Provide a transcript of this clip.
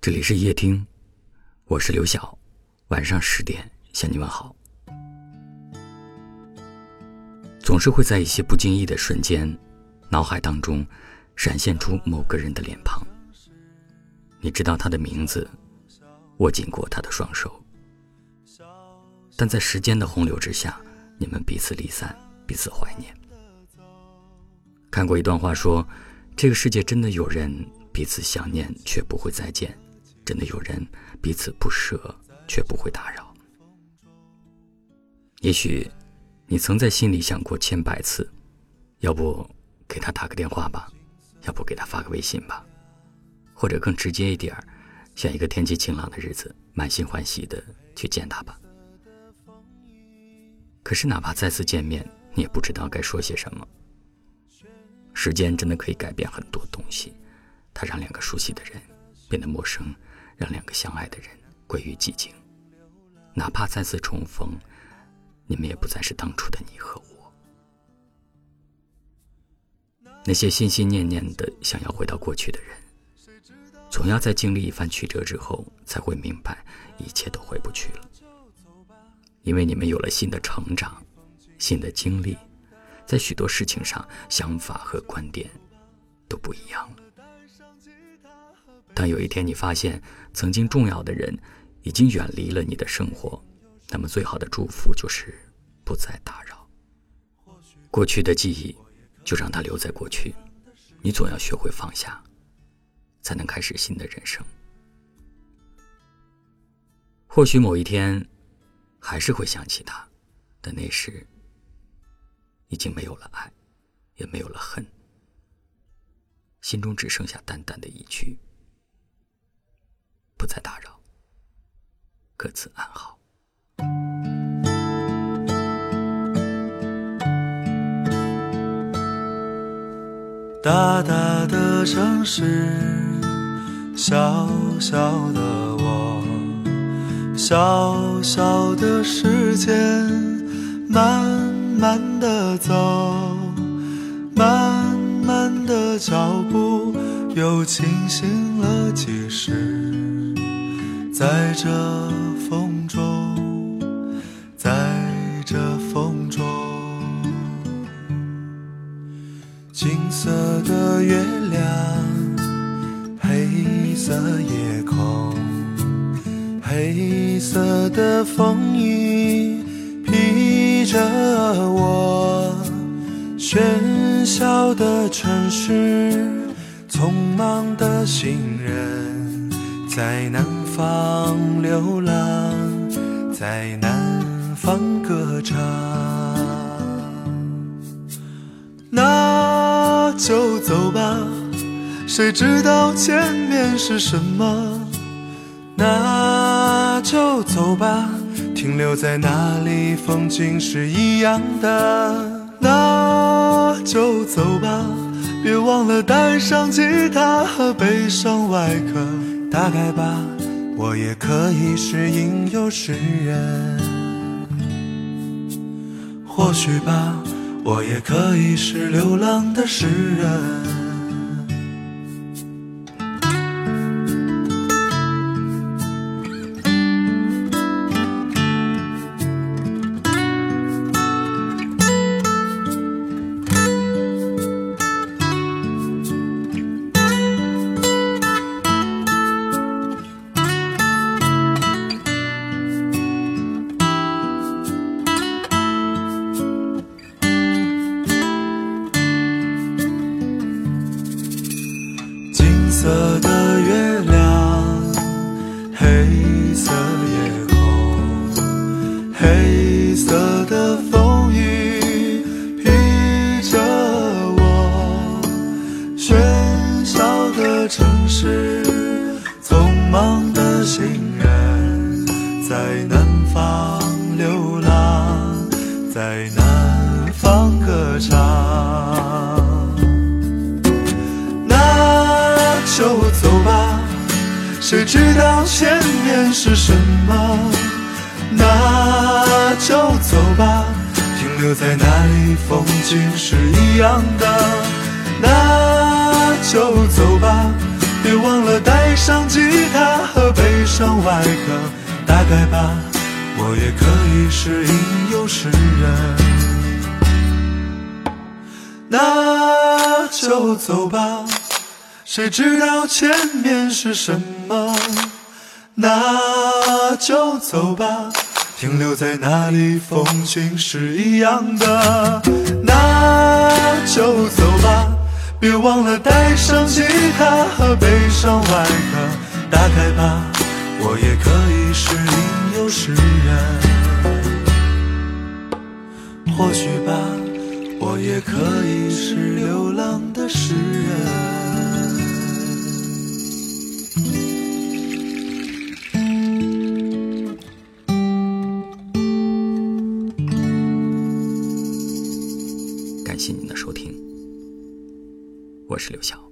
这里是夜听，我是刘晓，晚上10点向你问好。总是会在一些不经意的瞬间，脑海当中闪现出某个人的脸庞。你知道他的名字，握紧过他的双手，但在时间的洪流之下，你们彼此离散，彼此怀念。看过一段话说，这个世界真的有人彼此想念却不会再见，真的有人彼此不舍却不会打扰。也许你曾在心里想过千百次，要不给他打个电话吧，要不给他发个微信吧，或者更直接一点，选一个天气晴朗的日子，满心欢喜的去见他吧。可是哪怕再次见面，你也不知道该说些什么。时间真的可以改变很多东西，它让两个熟悉的人变得陌生，让两个相爱的人归于寂静。哪怕再次重逢，你们也不再是当初的你和我。那些心心念念的想要回到过去的人，总要在经历一番曲折之后，才会明白一切都回不去了。因为你们有了新的成长，新的经历，在许多事情上想法和观点都不一样了。当有一天你发现曾经重要的人已经远离了你的生活，那么最好的祝福就是不再打扰。过去的记忆就让它留在过去，你总要学会放下，才能开始新的人生。或许某一天还是会想起他，但那时已经没有了爱，也没有了恨，心中只剩下淡淡的一句不再打扰，各自安好。 大大的城市，小小的我，小小的时间，慢慢的走，慢慢的脚步，又清醒了几时。在这风中，在这风中，金色的月亮，黑色夜空，黑色的风衣披着我，喧嚣的城市，匆忙的行人，在南方流浪，在南方歌唱。那就走吧，谁知道前面是什么？那就走吧，停留在那里风景是一样的。那就走吧，别忘了带上吉他和悲伤外壳。大概吧，我也可以是吟游诗人。或许吧，我也可以是流浪的诗人。金色的月亮，黑色夜空，黑色的风雨披着我，喧嚣的城市，匆忙的行人，在南方流浪，在南方歌唱。就走吧，谁知道前面是什么？那就走吧，停留在那里风景是一样的。那就走吧， 别忘了带上吉他和悲伤外壳，大概吧，我也可以是吟游诗人。那就走吧，谁知道前面是什么？那就走吧，停留在那里风景是一样的。那就走吧，别忘了带上吉他和悲伤外壳，大概吧，我也可以是吟游诗人。或许吧，我也可以是流浪的诗人。 感谢您的收听，我是刘晓。